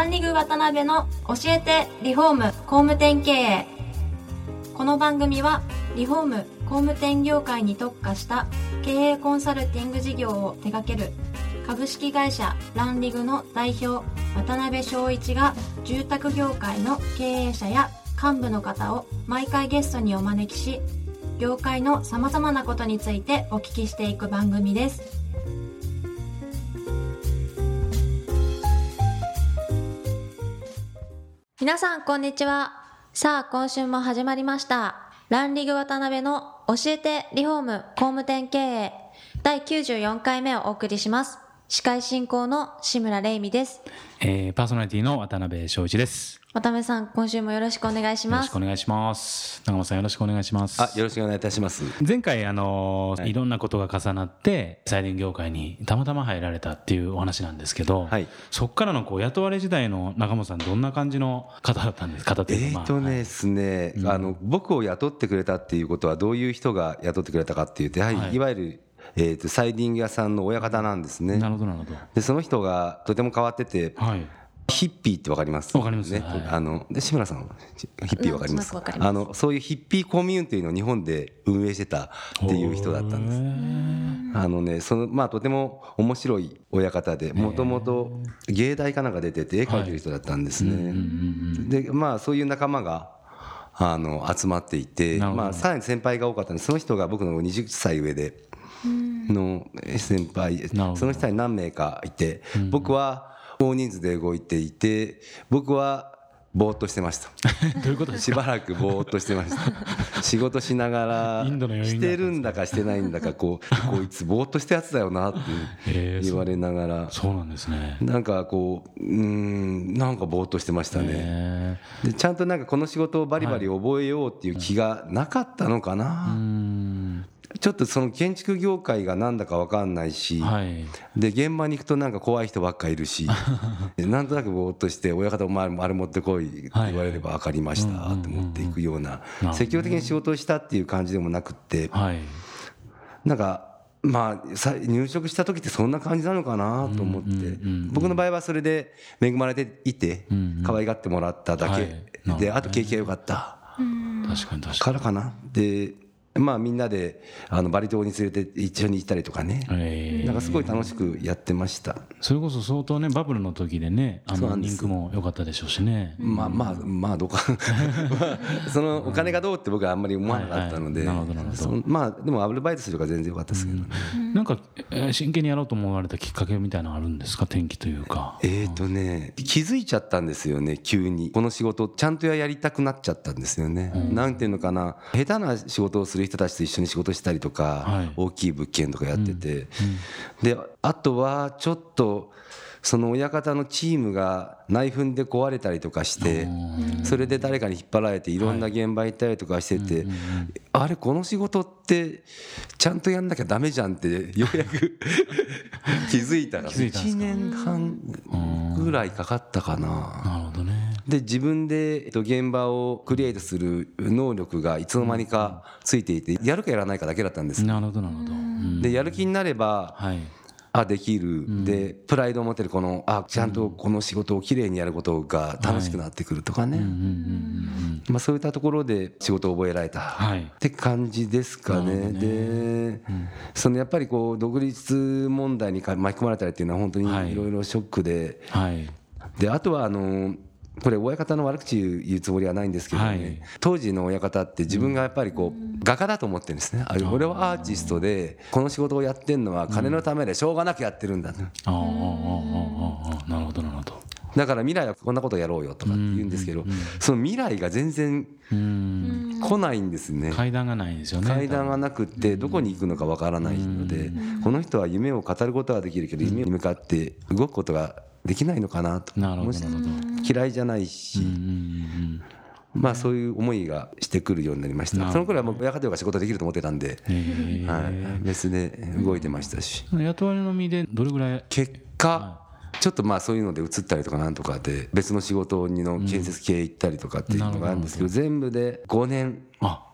ランリグ渡辺の教えてリフォーム工務店経営。この番組はリフォーム工務店業界に特化した経営コンサルティング事業を手掛ける株式会社ランリグの代表渡辺翔一が、住宅業界の経営者や幹部の方を毎回ゲストにお招きし、業界のさまざまなことについてお聞きしていく番組です。皆さんこんにちは。さあ今週も始まりましたランリグ渡辺の教えてリフォーム工務店経営第94回目をお送りします。司会進行の志村玲美です。 パーソナリティの渡辺翔一です。 渡辺さん、今週もよろしくお願いします。 よろしくお願いします。長本さん、よろしくお願いします。 よろしくお願いいたします。 前回いろんなことが重なってサイディング業界にたまたま入られたっていうお話なんですけど、はい、そこからの雇われ時代の長本さん、どんな感じの方だったんですか？ ですね、僕を雇ってくれたっていうことはどういう人が雇ってくれたかっていうと、やはりいわゆるサイディング屋さんの親方なんですね。 なるほどなるほど。 でその人がとても変わってて、はい、ヒッピーって分かります？ 分かりますね。 はい、で志村さんヒッピー分かります？そういうヒッピーコミュニティの日本で運営してたっていう人だったんです。とても面白い親方で、もともと芸大かなんか出てて絵描いてる人だったんですね。でそういう仲間が集まっていて、さらに先輩が多かったんで、その人が僕の20歳上での先輩、その人に何名かいて、僕は大人数で動いていて、僕はぼーっとしてました。 どういうことですか？ しばらくぼーっとしてました仕事しながらしてるんだかしてないんだか、こいつぼーっとしたやつだよなって言われながら、 そうなんですね。 なんかぼーっとしてましたね。でちゃんとこの仕事をバリバリ覚えようっていう気がなかったのかな。ちょっとその建築業界がなんだか分かんないし、はい、で現場に行くと怖い人ばっかいるしなんとなくぼーっとして、親方お前あれ持ってこいって言われれば分かりましたって持っていくような、積極的に仕事をしたっていう感じでもなくって、はい、入職した時ってそんな感じなのかなと思って、僕の場合はそれで恵まれていて可愛がってもらっただけで、あと景気が良かったからかな。でみんなでバリ島に連れて一緒に行ったりとかね、すごい楽しくやってました。 それこそ相当ね、バブルの時でね、人気も良かったでしょうしね。 どうかそのお金がどうって僕はあんまり思わなかったので、でもアルバイトするから全然良かったですけどね。 真剣にやろうと思われたきっかけみたいなのあるんですか？転機というか。 気づいちゃったんですよね。急にこの仕事ちゃんとやりたくなっちゃったんですよね。なんていうのかな、下手な仕事をする人たちと一緒に仕事したりとか、大きい物件とかやってて、であとはちょっとその親方のチームが内紛で壊れたりとかして、それで誰かに引っ張られていろんな現場行ったりとかしてて、あれこの仕事ってちゃんとやんなきゃダメじゃんってようやく気づいたら1年半ぐらいかかったかな。 なるほどね。 で自分で現場をクリエイトする能力がいつの間にかついていて、やるかやらないかだけだったんです。 なるほどなるほど。 でやる気になれば、できる、でプライドを持ってるちゃんとこの仕事をきれいにやることが楽しくなってくるとかね、そういったところで仕事を覚えられたって感じですかね。でやっぱり独立問題に巻き込まれたりっていうのは本当にいろいろショックで、であとはこれ親方の悪口言うつもりはないんですけどね、当時の親方って自分がやっぱり画家だと思ってるんですね。俺はアーティストでこの仕事をやってんのは金のためでしょうがなくやってるんだと。 なるほどなるほど。 だから未来はこんなことやろうよとかって言うんですけど、その未来が全然来ないんですね。 階段がないんですよね。 階段がなくってどこに行くのかわからないので、この人は夢を語ることはできるけど夢に向かって動くことができないのかなと。嫌いじゃないし、そういう思いがしてくるようになりました。その頃はもう親方が仕事できると思ってたんで、別で動いてましたし。 雇われの身でどれぐらい結果ちょっとそういうので移ったりとかなんとかで別の仕事の建設系行ったりとかっていうのがあるんですけど、全部で5年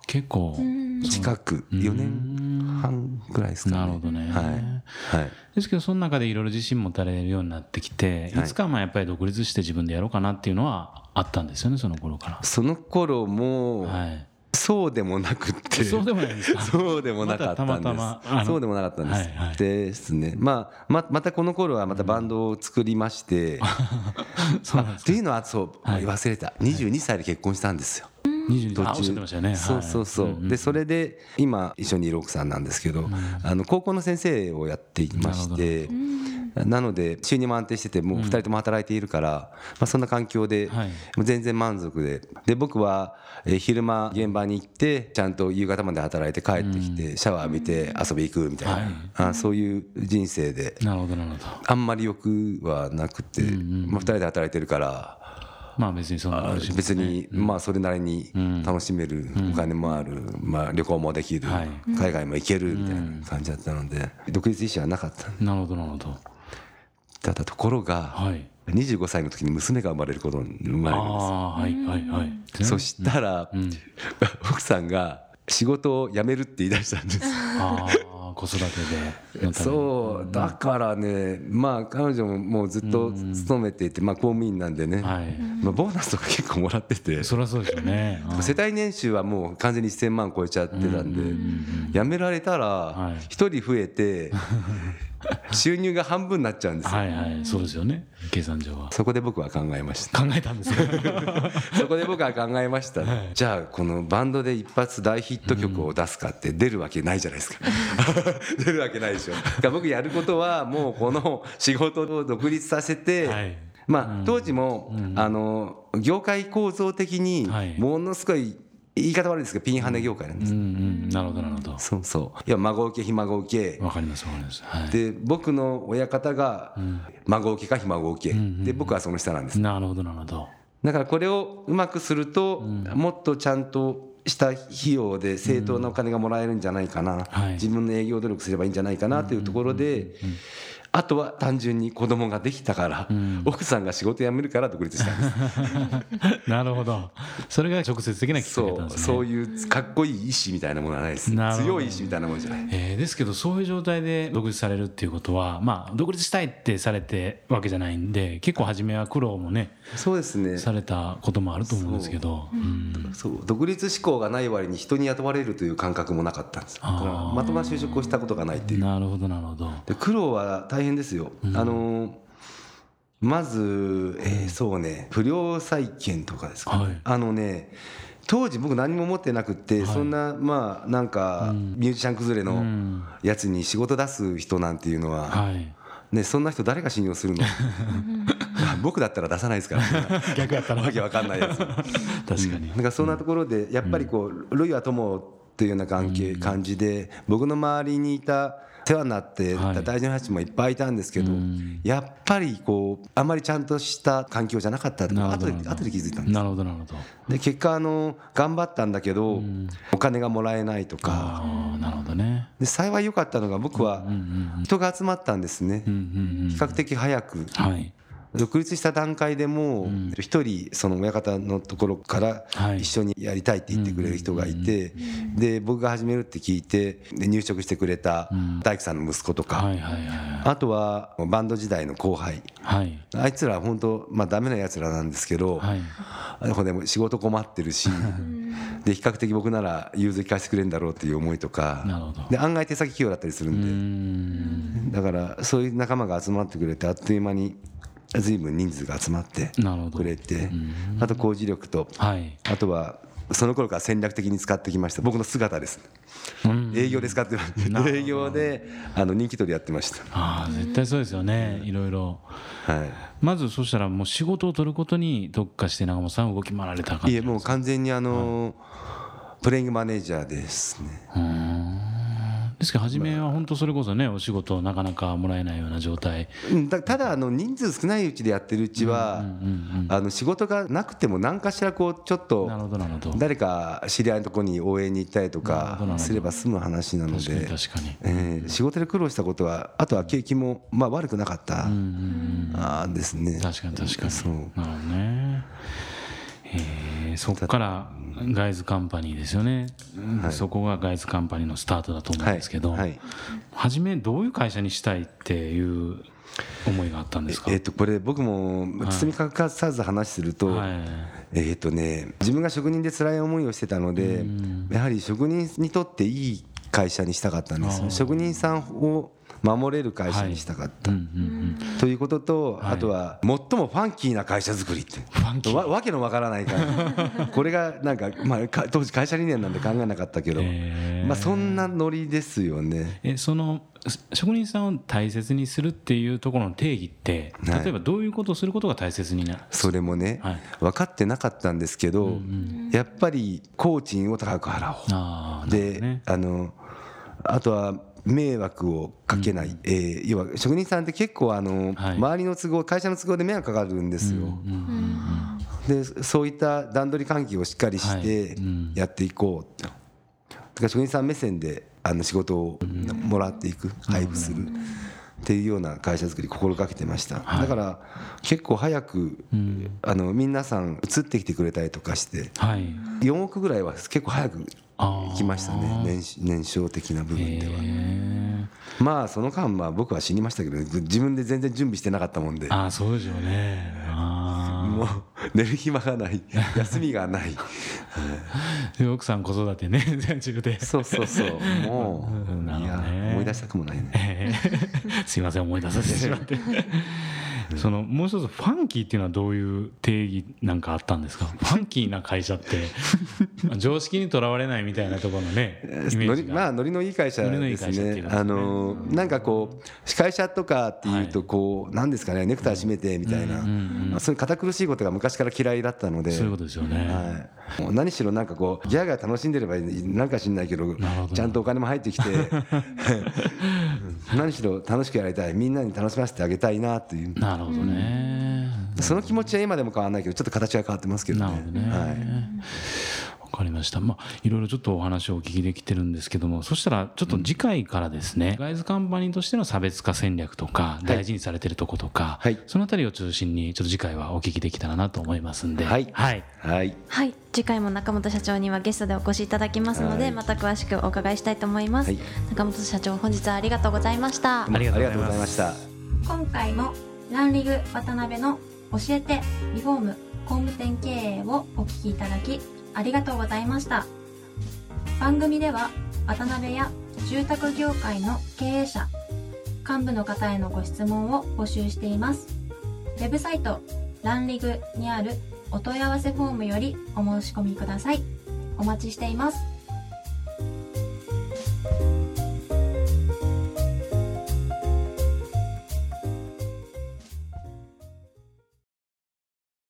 結構近く4年半ぐらいですかね。 なるほどね。 はい。 ですけどその中でいろいろ自信持たれるようになってきて、いつかやっぱり独立して自分でやろうかなっていうのはあったんですよね、その頃から。 その頃も、そうでもなくて、 そうでもないですか。 そうでもなかったんです。そうでもなかったんです。ですね。またこの頃はまたバンドを作りまして、っていうのは忘れた。22歳で結婚したんですよ。 途中おっしゃってましたよね。 そうでそれで今一緒にいる奥さんなんですけど、高校の先生をやっていまして、なので収入も安定しててもう2人とも働いているから、そんな環境で全然満足で、僕は昼間現場に行ってちゃんと夕方まで働いて帰ってきてシャワー浴びて遊び行くみたいな、そういう人生で、あんまり欲はなくて、2人で働いてるから。 別にそんな別にそれなりに楽しめる、お金もある、旅行もできる、海外も行けるみたいな感じだったので独立意思はなかった。 なるほどなるほど。 だったところが25歳の時に娘が生まれることになります。そしたら奥さんが仕事を辞めるって言い出したんです。 子育てで。 そうだからね、彼女ももうずっと勤めていて、公務員なんでね、ボーナスとか結構もらってて、 そりゃそうですよね。 世帯年収はもう完全に1000万超えちゃってたんで、辞められたら1人増えて収入が半分になっちゃうんですよ。 そうですよね、計算上は。 そこで僕は考えました。 考えたんですよ。 そこで僕は考えました。じゃあこのバンドで一発大ヒット曲を出すかって出るわけないじゃないですか。出るわけないでしょ。僕やることはもうこの仕事を独立させて、当時も業界構造的にものすごい言い方悪いですけどピンハネ業界なんです。 なるほどなるほど。 そうそう。いや孫受けひ孫受け。 わかりますわかります。 で僕の親方が孫受けかひ孫受けで、僕はその下なんです。 なるほどなるほど。 だからこれをうまくするともっとちゃんとした費用で正当なお金がもらえるんじゃないかな、自分の営業努力すればいいんじゃないかなというところで、あとは単純に子供ができたから、奥さんが仕事辞めるから独立したんです。 なるほど。それが直接的なきっかけだったんですね。 そういうかっこいい意志みたいなものはないです。強い意志みたいなものじゃない。 ですけどそういう状態で独立されるっていうことは、独立したいってされてわけじゃないんで、結構初めは苦労もね、 そうですね、 されたこともあると思うんですけど、 そう独立志向がない割に人に雇われるという感覚もなかったんです。まともな就職をしたことがないっていう。 なるほどなるほど。 で苦労は大変ですよ。まずそうね、不良債権とかですかね。当時僕何も持ってなくて、そんななんかミュージシャン崩れのやつに仕事出す人なんていうのはね、そんな人誰が信用するの。僕だったら出さないですから。 逆やったらわけわかんないやつ。確かに。 なんかそんなところでやっぱりこう類は友というような感じで、僕の周りにいた世話になって大事な人もいっぱいいたんですけど、やっぱりこうあまりちゃんとした環境じゃなかったとか後で気づいたんです。 なるほどなるほど。 で結果頑張ったんだけどお金がもらえないとか。 なるほどね。 で幸い良かったのが僕は人が集まったんですね。比較的早く。独立した段階でも一人その親方のところから一緒にやりたいって言ってくれる人がいて、で僕が始めるって聞いて入職してくれた大工さんの息子とか、あとはバンド時代の後輩、あいつら本当ダメなやつらなんですけど、でも仕事困ってるしで比較的僕なら融通聞かせてくれるんだろうっていう思いとかで、案外手先器用だったりするんで、だからそういう仲間が集まってくれてあっという間に随分人数が集まってくれて、あと工事力と、あとはその頃から戦略的に使ってきました僕の姿です。営業で使ってました。営業で人気取りやってました。 絶対そうですよね。いろいろ。まずそしたらもう仕事を取ることに特化して長本さん動き回られた感じ。 いえもう完全にプレイングマネージャーですね。 ですけど初めは本当それこそね、お仕事なかなかもらえないような状態。 ただ人数少ないうちでやってるうちは仕事がなくても何かしらこうちょっと誰か知り合いのところに応援に行ったりとかすれば済む話なので、仕事で苦労したことはあとは景気も悪くなかったですね。 確かに確かに。そうなるほどね。 そこからガイズカンパニーですよね、はい、そこがガイズカンパニーのスタートだと思うんですけど、はいはい、初めどういう会社にしたいっていう思いがあったんですか？ これ僕も包み隠さず話すると、はい、自分が職人で辛い思いをしてたので、やはり職人にとっていい会社にしたかったんです。職人さんを守れる会社にしたかった、ということと、あとは最もファンキーな会社作りってわけのわからないからこれがなんか、当時会社理念なんで考えなかったけど、そんなノリですよね。 その職人さんを大切にするっていうところの定義って例えばどういうことをすることが大切になる？ それもね、分かってなかったんですけど、やっぱり工賃を高く払おうで、あとは迷惑をかけない、要は職人さんって結構周りの都合、会社の都合で迷惑かかるんですよ。でそういった段取り関係をしっかりしてやっていこう、だから職人さん目線で仕事をもらっていく、配布するっていうような会社作り心がけてました。だから結構早く皆さん移ってきてくれたりとかして、4億ぐらいは結構早く行きましたね、年商的な部分では。その間僕は死にましたけど、自分で全然準備してなかったもんで。 そうでしょうね。 もう寝る暇がない休みがない奥さん子育てね全中でそうもういや思い出したくもないねすいません思い出させてしまってもう一つファンキーっていうのはどういう定義なんかあったんですか？ファンキーな会社って常識にとらわれないみたいなところのねイメージがノリのいい会社ですね。なんかこう会社とかっていうと何ですかね、ネクタイ締めてみたいな、そういう堅苦しいことが昔から嫌いだったので。 そういうことですよね。 もう何しろなんかギャーガー楽しんでればなんか知んないけどちゃんとお金も入ってきて何しろ楽しくやりたい、みんなに楽しませてあげたいなっていう。 なるほどね。 その気持ちは今でも変わらないけどちょっと形は変わってますけどね。 なるほどね。わかりました。いろいろちょっとお話をお聞きできてるんですけども、そしたらちょっと次回からですね、ガイズカンパニーとしての差別化戦略とか大事にされてるとことか、そのあたりを中心にちょっと次回はお聞きできたらなと思いますんで、 次回も中本社長にはゲストでお越しいただきますので、また詳しくお伺いしたいと思います。中本社長、本日はありがとうございました。 ありがとうございました。 今回もランリグ渡辺の教えてリフォーム工務店経営をお聞きいただきありがとうございました。番組では渡辺や住宅業界の経営者、幹部の方へのご質問を募集しています。ウェブサイトランリグにあるお問い合わせフォームよりお申し込みください。お待ちしています。